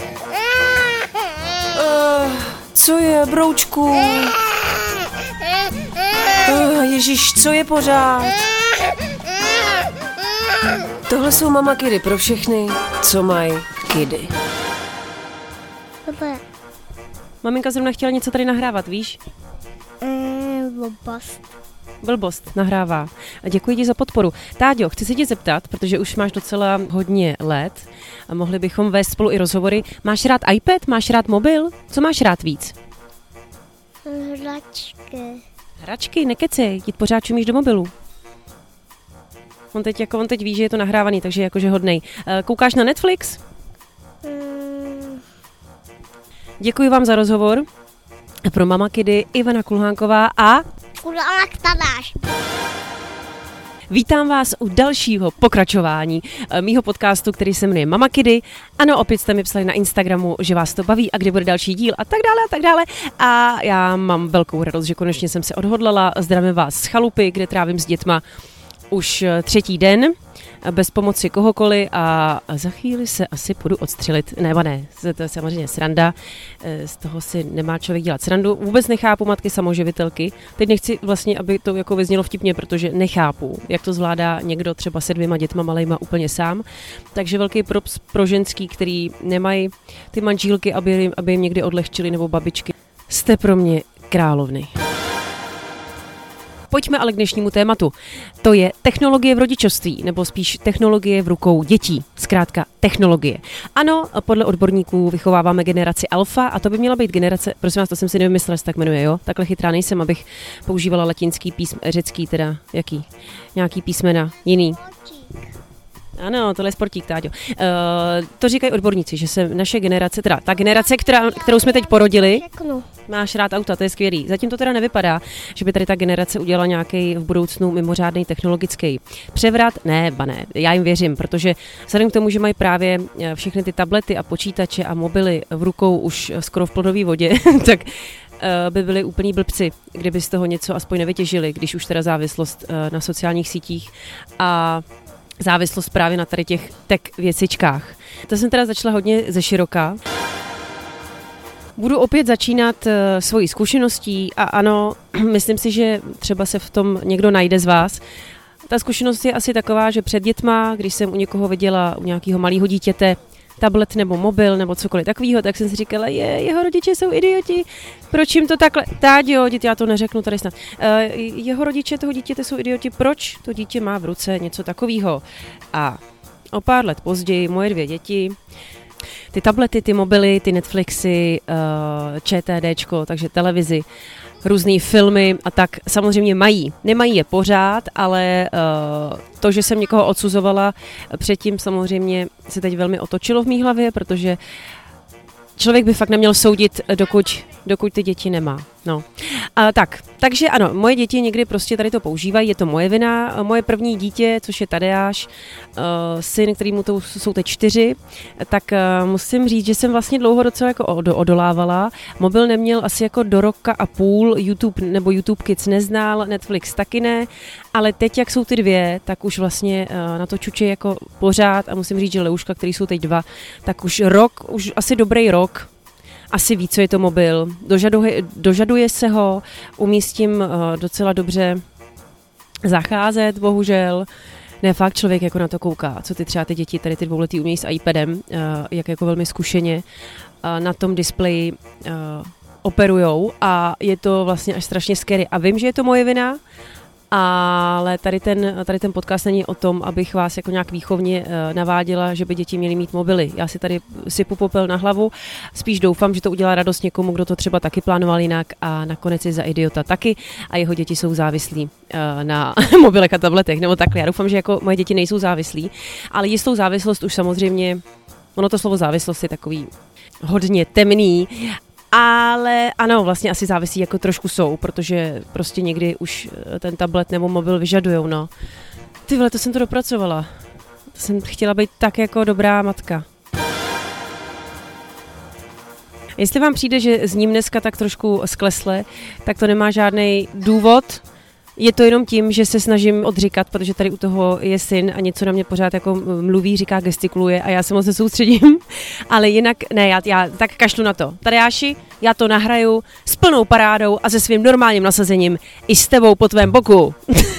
Co je, broučku? Ježiš, co je pořád? Tohle jsou Mama Kidy pro všechny, co mají kidy. Papa. Maminka zrovna chtěla něco tady nahrávat, víš? Blbost nahrává. A děkuji ti za podporu. Táďo, chci se tě zeptat, protože už máš docela hodně let a mohli bychom vést spolu i rozhovory. Máš rád iPad? Máš rád mobil? Co máš rád víc? Hračky. Hračky, nekecej, ti pořád čumíš do mobilu. On teď ví, že je to nahrávaný, takže jakože hodnej. Koukáš na Netflix? Děkuji vám za rozhovor. Pro Mama Kidy Ivana Kulhánková a Kulhánka Tamáš. Vítám vás u dalšího pokračování mýho podcastu, který se jmenuje Mama Kidy. Ano, opět jste mi psali na Instagramu, že vás to baví a kdy bude další díl a tak dále a tak dále. A já mám velkou radost, že konečně jsem se odhodlala. Zdravím vás z chalupy, kde trávím s dětma už 3. den, bez pomoci kohokoliv a za chvíli se asi půjdu odstřelit. Ne, to je samozřejmě sranda, z toho si nemá člověk dělat srandu. Vůbec nechápu matky samoživitelky. Teď nechci vlastně, aby to jako vyznělo vtipně, protože nechápu, jak to zvládá někdo třeba se 2 dětma malejma úplně sám. Takže velký props pro ženský, který nemají ty manžílky, aby jim někdy odlehčili, nebo babičky. Jste pro mě královny. Pojďme ale k dnešnímu tématu. To je technologie v rodičovství, nebo spíš technologie v rukou dětí. Zkrátka technologie. Ano, podle odborníků vychováváme generaci alfa a to by měla být generace, prosím vás, to jsem si nevymyslela, že se tak jmenuje, jo? Takhle chytrá nejsem, abych používala latinský řecký, teda jaký? Nějaký písmena, jiný. Ano, tohle je sportík, Táďo. To říkají odborníci, že se naše generace, teda ta generace, kterou jsme teď porodili, máš rád auta, to je skvělý. Zatím to teda nevypadá, že by tady ta generace udělala nějaký v budoucnu mimořádný technologický převrat. Ne, já jim věřím, protože vzhledem k tomu, že mají právě všechny ty tablety a počítače a mobily v rukou už skoro v plodové vodě, tak by byli úplní blbci, kdyby z toho něco aspoň nevytěžili, když už teda závislost na sociálních sítích a závislost právě na tady těch tech věcičkách. To jsem teda začala hodně ze široka. Budu opět začínat svojí zkušeností a ano, myslím si, že třeba se v tom někdo najde z vás. Ta zkušenost je asi taková, že před dětma, když jsem u někoho viděla, u nějakého malého dítěte, tablet nebo mobil nebo cokoliv takového, tak jsem si říkala, jeho rodiče jsou idioti, proč jim to takhle, Táďo, já to neřeknu tady snad, jeho rodiče toho dítěte jsou idioti, proč to dítě má v ruce něco takového. A o pár let později moje 2 děti, ty tablety, ty mobily, ty Netflixy, ČTDčko, takže televizi, různý filmy a tak samozřejmě mají. Nemají je pořád, ale to, že jsem někoho odsuzovala předtím, samozřejmě se teď velmi otočilo v mý hlavě, protože člověk by fakt neměl soudit, dokud ty děti nemá. No. Takže ano, moje děti někdy prostě tady to používají, je to moje vina. Moje první dítě, což je Tadeáš, syn, kterýmu to jsou teď 4, tak musím říct, že jsem vlastně dlouho docela jako odolávala. Mobil neměl asi jako do 1,5 roku, YouTube nebo YouTube Kids neznal, Netflix taky ne, ale teď, jak jsou ty 2, tak už vlastně na to čuče jako pořád a musím říct, že Leuška, který jsou teď 2, tak už asi dobrý rok, asi ví, co je to mobil, dožaduje se ho, umí s tím docela dobře zacházet, bohužel. Ne, fakt člověk jako na to kouká, co třeba ty děti, tady ty 2letý umějí s iPadem, jak jako velmi zkušeně na tom displeji operujou a je to vlastně až strašně scary. A vím, že je to moje vina, ale tady ten podcast není o tom, abych vás jako nějak výchovně naváděla, že by děti měly mít mobily. Já si tady sypu popel na hlavu, spíš doufám, že to udělá radost někomu, kdo to třeba taky plánoval jinak a nakonec je za idiota taky a jeho děti jsou závislí na mobilech a tabletech, nebo takhle. Já doufám, že jako moje děti nejsou závislí, ale jistou závislost už samozřejmě, ono to slovo závislost je takový hodně temný, ale ano, vlastně asi závisí jako trošku jsou, protože prostě někdy už ten tablet nebo mobil vyžadujou, no. Ty vole, to jsem to dopracovala. To jsem chtěla být tak jako dobrá matka. Jestli vám přijde, že zním dneska tak trošku sklesle, tak to nemá žádný důvod. Je to jenom tím, že se snažím odříkat, protože tady u toho je syn a něco na mě pořád jako mluví, říká, gestikuluje a já se moc nesoustředím, ale jinak ne, já tak kašlu na to. Tadeáši, já to nahraju s plnou parádou a se svým normálním nasazením i s tebou po tvém boku.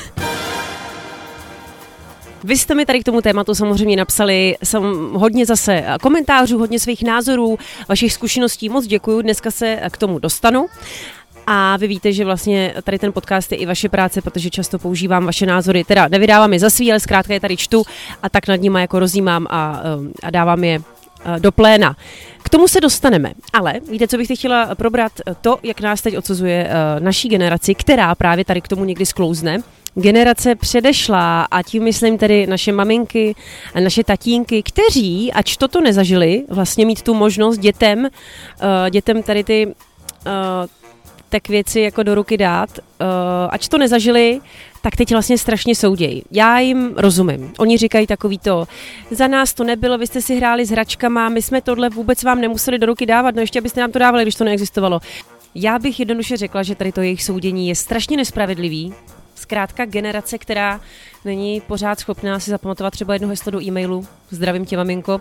Vy jste mi tady k tomu tématu samozřejmě napsali hodně zase komentářů, hodně svých názorů, vašich zkušeností, moc děkuju, dneska se k tomu dostanu. A vy víte, že vlastně tady ten podcast je i vaše práce, protože často používám vaše názory, teda nevydávám je za svý, ale zkrátka je tady čtu a tak nad nima jako rozjímám a dávám je do pléna. K tomu se dostaneme, ale víte, co bych teď chtěla probrat? To, jak nás teď odsuzuje naší generaci, která právě tady k tomu někdy sklouzne. Generace předešlá, a tím myslím tedy naše maminky a naše tatínky, kteří, ač toto nezažili, vlastně mít tu možnost dětem tady ty tak věci jako do ruky dát, ač to nezažili, tak teď vlastně strašně soudějí. Já jim rozumím. Oni říkají takový to, za nás to nebylo, vy jste si hráli s hračkama, my jsme tohle vůbec vám nemuseli do ruky dávat, no ještě abyste nám to dávali, když to neexistovalo. Já bych jednoduše řekla, že tady to jejich soudění je strašně nespravedlivý. Zkrátka generace, která není pořád schopná si zapamatovat třeba jedno heslo do e-mailu, zdravím tě maminko,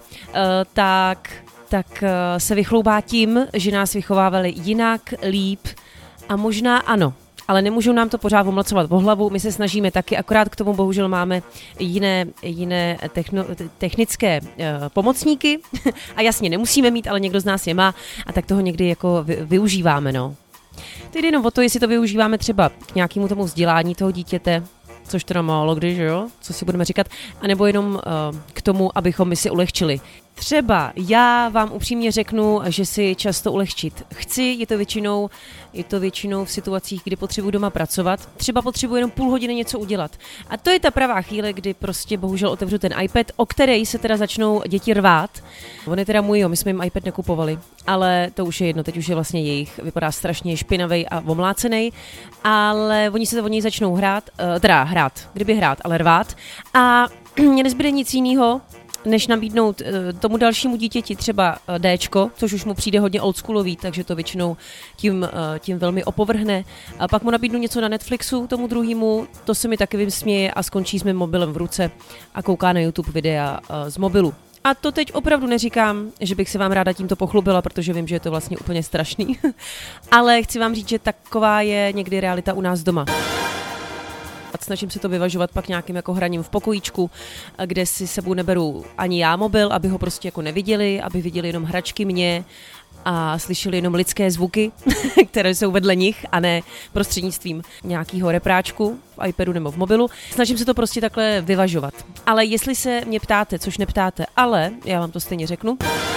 tak se vychloubá tím, že nás vychovávali jinak, líp a možná ano, ale nemůžou nám to pořád omlacovat o hlavu, my se snažíme taky, akorát k tomu bohužel máme jiné technické pomocníky a jasně nemusíme mít, ale někdo z nás je má a tak toho někdy jako využíváme, no. To jde jenom o to, jestli to využíváme třeba k nějakému tomu vzdělání toho dítěte, což teda málo kdy, že jo, co si budeme říkat, anebo jenom k tomu, abychom my si ulehčili. Třeba já vám upřímně řeknu, že si často ulehčit chci, je to většinou v situacích, kdy potřebuji doma pracovat, třeba potřebuji jenom půl hodiny něco udělat. A to je ta pravá chvíle, kdy prostě bohužel otevřu ten iPad, o který se teda začnou děti rvát. On je teda můj, jo, my jsme jim iPad nekupovali, ale to už je jedno, teď už je vlastně jejich, vypadá strašně špinavej a omlácenej, ale oni se o něj začnou hrát, ale rvát a mně nezbyde nic jiného, než nabídnout tomu dalšímu dítěti třeba Dčko, což už mu přijde hodně oldschoolový, takže to většinou tím velmi opovrhne. A pak mu nabídnu něco na Netflixu, tomu druhému, to se mi taky vysměje a skončí s mým mobilem v ruce a kouká na YouTube videa z mobilu. A to teď opravdu neříkám, že bych se vám ráda tímto pochlubila, protože vím, že je to vlastně úplně strašný. Ale chci vám říct, že taková je někdy realita u nás doma. Snažím se to vyvažovat pak nějakým jako hraním v pokojíčku, kde si sebou neberu ani já mobil, aby ho prostě jako neviděli, aby viděli jenom hračky mě a slyšeli jenom lidské zvuky, které jsou vedle nich a ne prostřednictvím nějakého repráčku v iPadu nebo v mobilu. Snažím se to prostě takhle vyvažovat. Ale jestli se mě ptáte, což neptáte, ale já vám to stejně řeknu,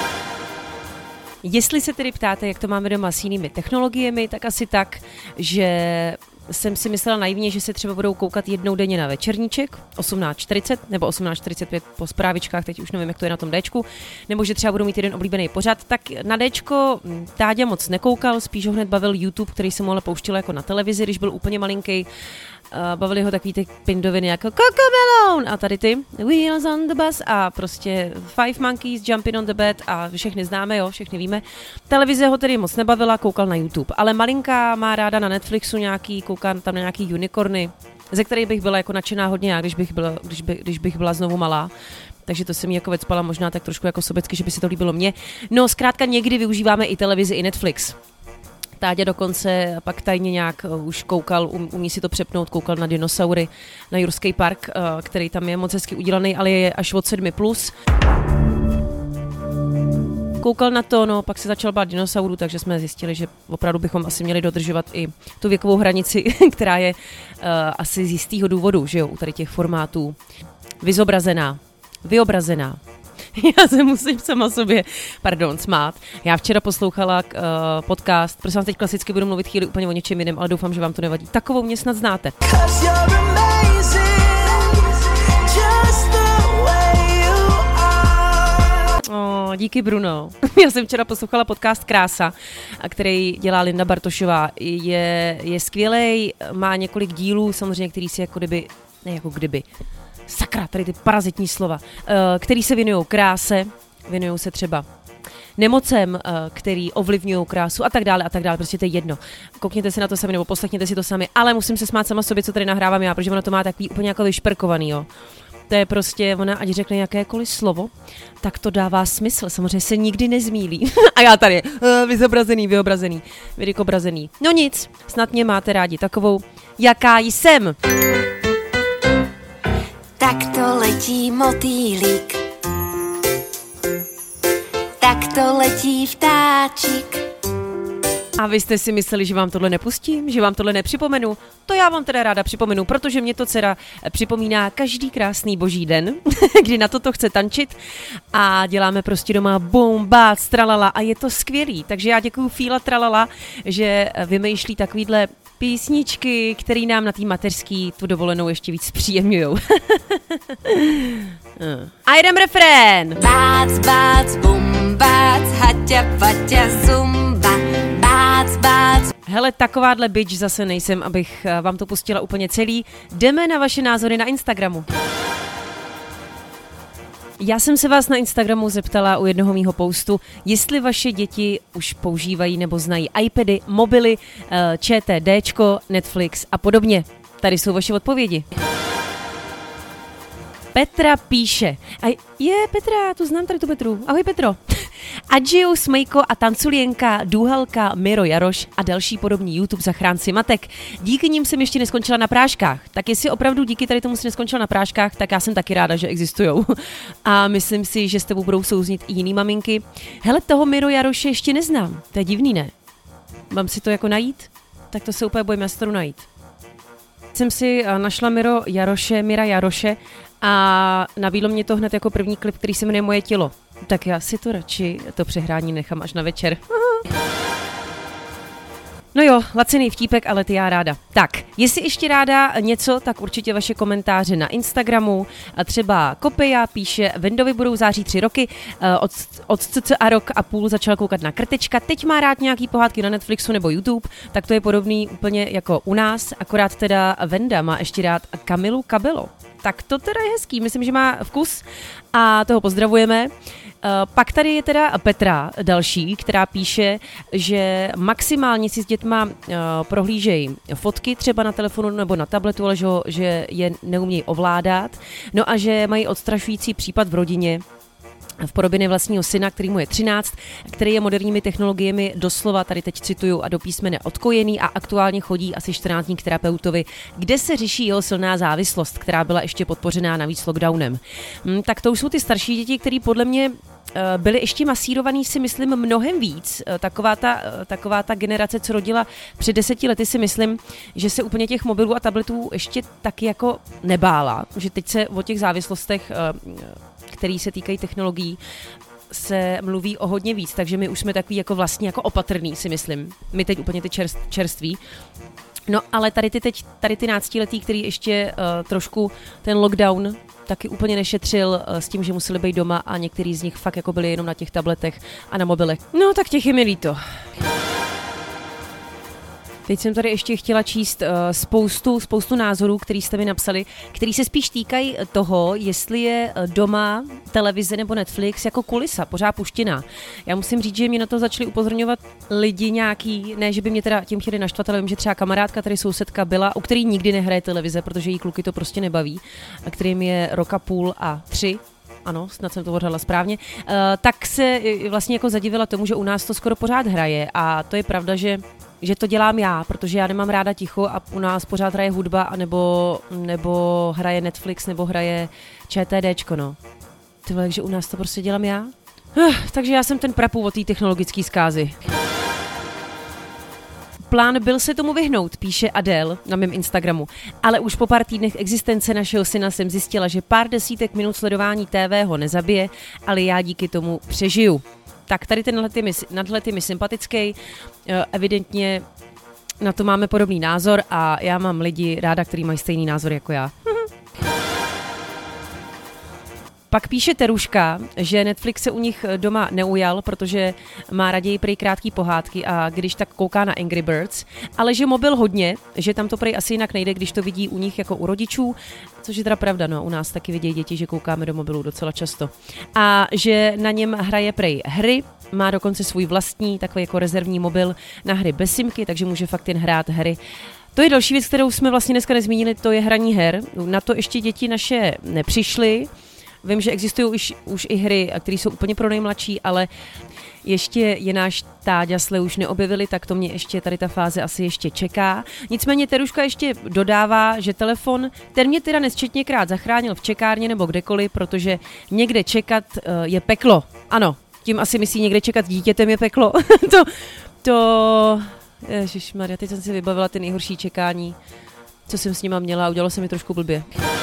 jestli se tedy ptáte, jak to máme doma s jinými technologiemi, tak asi tak, že jsem si myslela naivně, že se třeba budou koukat jednou denně na večerníček, 18:40 nebo 18:45 po zprávičkách, teď už nevím, jak to je na tom Dčku, nebo že třeba budou mít jeden oblíbený pořad, tak na Dčko Táďa moc nekoukal, spíš ho hned bavil YouTube, který jsem mu ale pouštěla jako na televizi, když byl úplně malinký. Bavili ho takový ty pindoviny jako Cocomelon a tady ty Wheels on the Bus a prostě Five Monkeys Jumping on the Bed a všechny známe, jo, všechny víme. Televize ho tedy moc nebavila, koukal na YouTube, ale malinká má ráda na Netflixu kouká tam na nějaký unicorny, ze kterých bych byla jako nadšená hodně já, když bych byla znovu malá. Takže to se mi jako vecpala možná tak trošku jako sobecky, že by se to líbilo mně. No zkrátka někdy využíváme i televizi, i Netflix. Táďa dokonce pak tajně nějak už koukal, umí si to přepnout, koukal na dinosaury, na Jurský park, který tam je moc hezky udělaný, ale je až od 7+. Koukal na to, no, pak se začal bát dinosaurů, takže jsme zjistili, že opravdu bychom asi měli dodržovat i tu věkovou hranici, která je asi z jistého důvodu, že jo, u tady těch formátů vyobrazená. Já se musím sama sobě, smát. Já včera poslouchala podcast, prosím vás, teď klasicky budu mluvit chvíli úplně o něčem jiném, ale doufám, že vám to nevadí. Takovou mě snad znáte. Díky Bruno. Já jsem včera poslouchala podcast Krása, který dělá Linda Bartošová. Je skvělej, má několik dílů, samozřejmě, který si sakra, tady ty parazitní slova, který se věnují kráse, věnují se třeba nemocem, který ovlivňují krásu a tak dále, prostě to je jedno. Koukněte si na to sami nebo poslechněte si to sami, ale musím se smát sama sobě, co tady nahrávám já, protože ono to má takový úplně jako vyšperkovaný, jo. To je prostě, ona ať řekne jakékoliv slovo, tak to dává smysl, samozřejmě se nikdy nezmílí. A já tady, vyobrazený, vydikobrazený. No nic, snad mě máte rádi takovou, jaká jsem. Tak to letí motýlík, tak to letí vtáčik. A vy jste si mysleli, že vám tohle nepustím, že vám tohle nepřipomenu? To já vám teda ráda připomenu, protože mě to dcera připomíná každý krásný boží den, kdy na toto chce tančit a děláme prostě doma bum, bác, tralala a je to skvělý. Takže já děkuju Fíla Tralala, že vymýšlí takovýhle písničky, který nám na té mateřský tu dovolenou ještě víc zpříjemňujou. A jdem refrén! Bác, bác, bum, bác, haťa, faťa, zumba, bác, bác. Hele, takováhle bitch zase nejsem, abych vám to pustila úplně celý. Jdeme na vaše názory na Instagramu. Já jsem se vás na Instagramu zeptala u jednoho mýho postu, jestli vaše děti už používají nebo znají iPady, mobily, ČTDčko, Netflix a podobně. Tady jsou vaše odpovědi. Petra píše. Petra, tu znám tady tu Petru. Ahoj Petro. Adžiu, Smejko a Tanculienka, Důhalka, Miro Jaroš a další podobní YouTube zachránci matek. Díky nim jsem ještě neskončila na práškách. Tak jestli opravdu díky tady tomu si neskončila na práškách, tak já jsem taky ráda, že existujou. A myslím si, že s tebou budou souznit i jiný maminky. Hele, toho Miro Jaroše ještě neznám. To je divný, ne? Mám si to jako najít? Tak to se úplně bojím, já si to najít. Jsem si našla Mira Jaroše a nabídlo mě to hned jako první klip, který se jmenuje Moje tělo. Tak já si to radši, to přehrání nechám až na večer. No jo, laciný vtípek, ale ty já ráda. Tak, jestli ještě ráda něco, tak určitě vaše komentáře na Instagramu. A třeba Kopia píše, Vendovi budou září 3 roky, od cca rok a půl začal koukat na Krtečka, teď má rád nějaký pohádky na Netflixu nebo YouTube, tak to je podobný úplně jako u nás, akorát teda Venda má ještě rád Kamilu Kabelo. Tak to teda je hezký, myslím, že má vkus a toho pozdravujeme. Pak tady je teda Petra další, která píše, že maximálně si s dětma prohlížejí fotky třeba na telefonu nebo na tabletu, ale že je neumějí ovládat. No a že mají odstrašující případ v rodině v podobě vlastního syna, který mu je 13, který je moderními technologiemi doslova, tady teď cituju, a do písmene odkojený a aktuálně chodí asi 14 dní k terapeutovi, kde se řeší jeho silná závislost, která byla ještě podpořená navíc lockdownem. Tak to už jsou ty starší děti, které podle mě byly ještě masírovaný, si myslím, mnohem víc. Taková ta generace, co rodila před 10 lety, si myslím, že se úplně těch mobilů a tabletů ještě taky jako nebála. Že teď se o těch závislostech, který se týkají technologií, se mluví o hodně víc, takže my už jsme takový jako vlastně jako opatrný, si myslím. My teď úplně ty čerství. No ale tady ty 13letí, který ještě trošku ten lockdown taky úplně nešetřil s tím, že museli být doma a některý z nich fakt jako byli jenom na těch tabletech a na mobilech. No tak těch je mi líto. Teď jsem tady ještě chtěla číst spoustu názorů, který jste mi napsali, který se spíš týkají toho, jestli je doma televize nebo Netflix jako kulisa, pořád puštěná. Já musím říct, že mě na to začali upozorňovat lidi nějaký, ne, že by mě teda tím chtěli naštvat, ale vím, že třeba kamarádka, tady sousedka byla, u který nikdy nehraje televize, protože jí kluky to prostě nebaví, a kterým je 1,5 roku a 3. Ano, snad jsem to odhadla správně, tak se vlastně jako zadivila tomu, že u nás to skoro pořád hraje a to je pravda, že to dělám já, protože já nemám ráda ticho a u nás pořád hraje hudba nebo hraje Netflix nebo hraje ČTDčko, no. Ty vole, takže u nás to prostě dělám já? Takže já jsem ten prapůvod té technologické zkázy. Plán byl se tomu vyhnout, píše Adele na mém Instagramu, ale už po pár týdnech existence našeho syna jsem zjistila, že pár desítek minut sledování TV ho nezabije, ale já díky tomu přežiju. Tak tady ten nadhled je mi sympatický, evidentně na to máme podobný názor a já mám lidi ráda, kteří mají stejný názor jako já. Pak píše Teruška, že Netflix se u nich doma neujal, protože má raději prej krátký pohádky a když tak kouká na Angry Birds, ale že mobil hodně, že tam to prej asi jinak nejde, když to vidí u nich jako u rodičů, což je teda pravda, no, u nás taky vidějí děti, že koukáme do mobilu docela často. A že na něm hraje prej hry, má dokonce svůj vlastní takový jako rezervní mobil na hry bez simky, takže může fakt jen hrát hry. To je další věc, kterou jsme vlastně dneska nezmínili, to je hraní her. Na to ještě děti naše nepřišly. Vím, že existují už i hry, které jsou úplně pro nejmladší, ale ještě je náš Táďa Sle už neobjevili, tak to mě ještě tady ta fáze asi ještě čeká. Nicméně Teruška ještě dodává, že telefon, ten mě teda nesčetněkrát zachránil v čekárně nebo kdekoliv, protože někde čekat je peklo. Ano, tím asi myslí někde čekat dítětem je peklo. Ježišmarja, teď jsem si vybavila ty nejhorší čekání, co jsem s nima měla a udělalo se mi trošku blbě.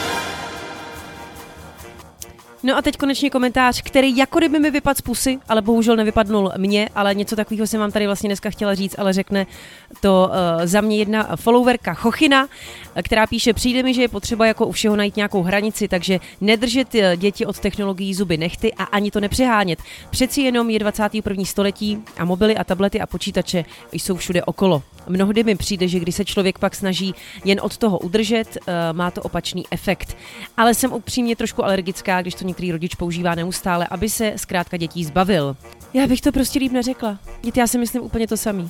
No a teď konečně komentář, který jako kdyby mi vypadl z pusy, ale bohužel nevypadnul mě, ale něco takového jsem vám tady vlastně dneska chtěla říct, ale řekne to za mě jedna followerka Chochina, která píše, přijde mi, že je potřeba jako u všeho najít nějakou hranici, takže nedržet děti od technologií zuby nehty a ani to nepřehánět. Přeci jenom je 21. století a mobily a tablety a počítače jsou všude okolo. Mnohdy mi přijde, že když se člověk pak snaží jen od toho udržet, má to opačný efekt. Ale jsem upřímně trošku alergická, když to některý rodič používá neustále, aby se zkrátka dětí zbavil. Já bych to prostě líp neřekla. Já si myslím úplně to samý.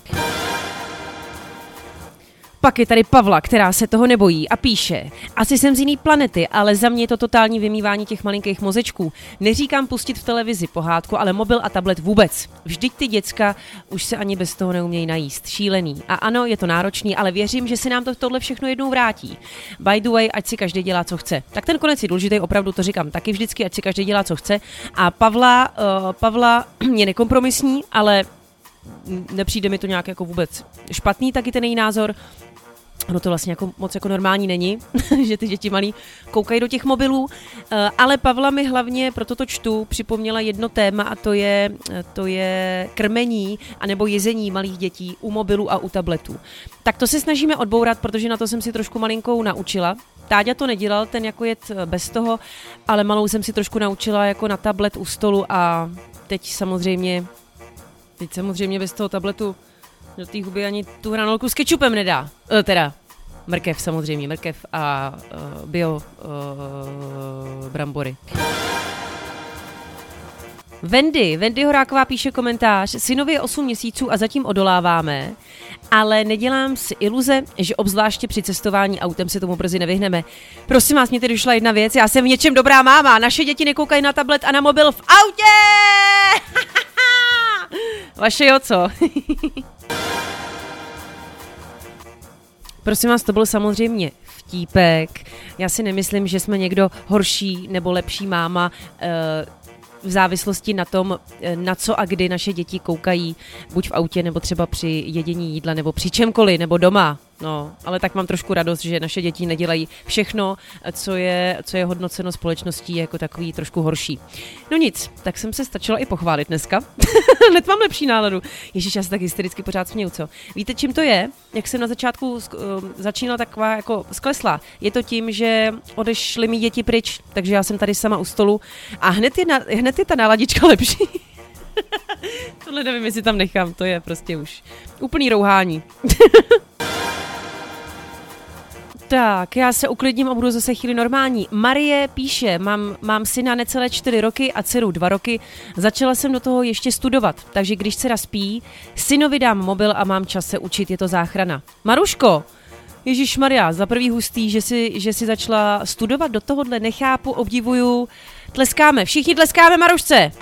Pak je tady Pavla, která se toho nebojí a píše, asi jsem z jiný planety, ale za mě je to totální vymývání těch malinkých mozečků. Neříkám pustit v televizi pohádku, ale mobil a tablet vůbec. Vždyť ty děcka už se ani bez toho neumějí najíst. Šílený. A ano, je to náročný, ale věřím, že se nám tohle všechno jednou vrátí. By the way, ať si každý dělá, co chce. Tak ten konec je důležitý, opravdu to říkám taky vždycky, ať si každý dělá, co chce. A Pavla je nekompromisní, ale nepřijde mi to nějak jako vůbec špatný, taky ten její názor. Ono to vlastně jako moc jako normální není, že ty děti malí koukají do těch mobilů, ale Pavla mi hlavně, proto to čtu, připomněla jedno téma a to je krmení anebo jezení malých dětí u mobilů a u tabletů. Tak to se snažíme odbourat, protože na to jsem si trošku malinkou naučila. Táďa to nedělal, ten jako jet bez toho, ale malou jsem si trošku naučila jako na tablet u stolu a teď samozřejmě bez toho tabletu do té huby ani tu hranolku s kečupem nedá. Teda mrkev samozřejmě, mrkev a bio brambory. Wendy Horáková píše komentář, synovi je 8 měsíců a zatím odoláváme, ale nedělám si iluze, že obzvláště při cestování autem se tomu brzy nevyhneme. Prosím vás, mě tedy došla jedna věc, já jsem v něčem dobrá máma, naše děti nekoukají na tablet a na mobil v autě! Vaše jo, co? Prosím vás, to byl samozřejmě vtípek. Já si nemyslím, že jsme někdo horší nebo lepší máma v závislosti na tom, na co a kdy naše děti koukají, buď v autě, nebo třeba při jedění jídla, nebo při čemkoliv, nebo doma. No, ale tak mám trošku radost, že naše děti nedělají všechno, co je hodnoceno společností jako takový trošku horší. No nic, tak jsem se stačila i pochválit dneska. Hned mám lepší náladu. Ježiš, já se tak hystericky pořád směju, co? Víte, čím to je? Jak jsem na začátku začínala taková jako sklesla. Je to tím, že odešly mi děti pryč, takže já jsem tady sama u stolu a hned je ta náladička lepší. Tohle nevím, jestli tam nechám, to je prostě už úplný rouhání. Tak, já se uklidním a budu zase chvíli normální. Marie píše, mám syna necelé 4 roky a dceru 2 roky. Začala jsem do toho ještě studovat, takže když dcera spí, synovi dám mobil a mám čas se učit, je to záchrana. Maruško, ježišmarja, za prvý hustý, že si začala studovat do tohohle, nechápu, obdivuju. Tleskáme, všichni tleskáme Marušce.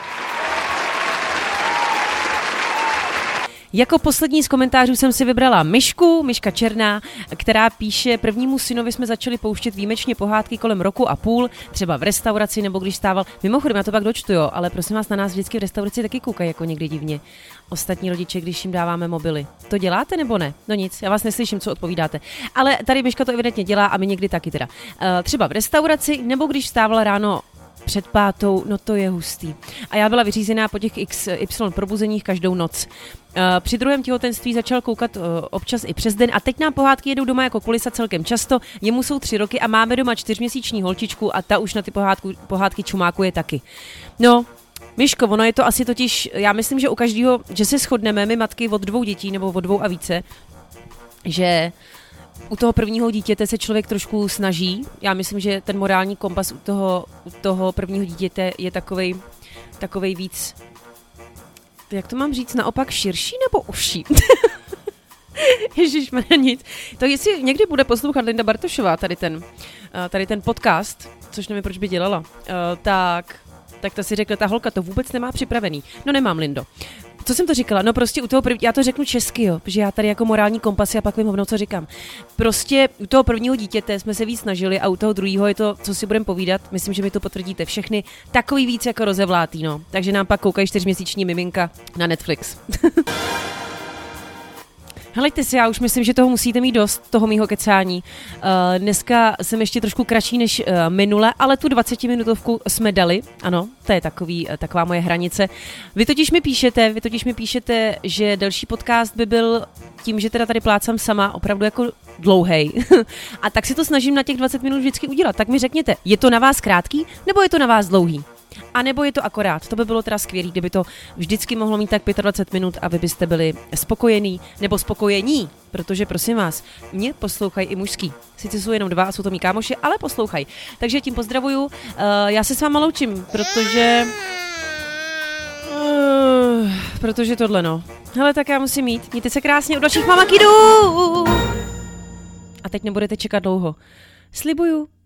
Jako poslední z komentářů jsem si vybrala Myška Černá, která píše, prvnímu synovi jsme začali pouštět výjimečně pohádky kolem roku a půl, třeba v restauraci nebo když stával. Mimochodem, já to pak dočtu, jo, ale prosím vás, na nás vždycky v restauraci taky koukají jako někdy divně. Ostatní rodiče, když jim dáváme mobily. To děláte nebo ne? No nic, já vás neslyším, co odpovídáte. Ale tady Myška to evidentně dělá a my někdy taky teda. Třeba v restauraci nebo když vstávala ráno před 5, no to je hustý. A já byla vyřízená po těch XY probuzeních každou noc. Při druhém těhotenství začal koukat občas i přes den a teď nám pohádky jedou doma jako kulisa celkem často. Jemu jsou 3 roky a máme doma 4měsíční holčičku a ta už na ty pohádky čumákuje taky. No, Myško, ono je to asi totiž, já myslím, že u každého, že se shodneme, my matky od 2 dětí nebo od 2 a více, že u toho prvního dítěte se člověk trošku snaží. Já myslím, že ten morální kompas u toho prvního dítěte je takovej víc jak to mám říct, naopak širší nebo užší? Ježišmarja, nic. To jestli někdy bude poslouchat Linda Bartošová, tady ten podcast, což nevím, proč by dělala, tak ta si řekla, ta holka to vůbec nemá připravený. No nemám, Lindo. Co jsem to říkala? No prostě u toho já to řeknu česky, jo, protože já tady jako morální kompas a pak vím hovno, co říkám. Prostě u toho prvního dítěte jsme se víc snažili a u toho druhého je to, co si budeme povídat, myslím, že mi to potvrdíte všechny, takový víc jako rozevlátý, no. Takže nám pak koukají 4měsíční miminka na Netflix. Helejte si, já už myslím, že toho musíte mít dost, toho mýho kecání. Dneska jsem ještě trošku kratší než minule, ale tu 20-minutovku jsme dali, ano, to je taková moje hranice. Vy totiž mi píšete, že delší podcast by byl tím, že teda tady plácám sama, opravdu jako dlouhej. A tak si to snažím na těch 20 minut vždycky udělat. Tak mi řekněte, je to na vás krátký, nebo je to na vás dlouhý? A nebo je to akorát. To by bylo teda skvělý, kdyby to vždycky mohlo mít tak 25 minut a vy byste byli spokojení nebo spokojení, protože prosím vás, mě poslouchají i mužský. Sice jsou jenom 2 a jsou to mý kámoši, ale poslouchají. Takže tím pozdravuju. Já se s váma loučím, protože tohle no. Hele, tak já musím jít. Mějte se krásně u dalších mamakidů. A teď nebudete čekat dlouho. Slibuju.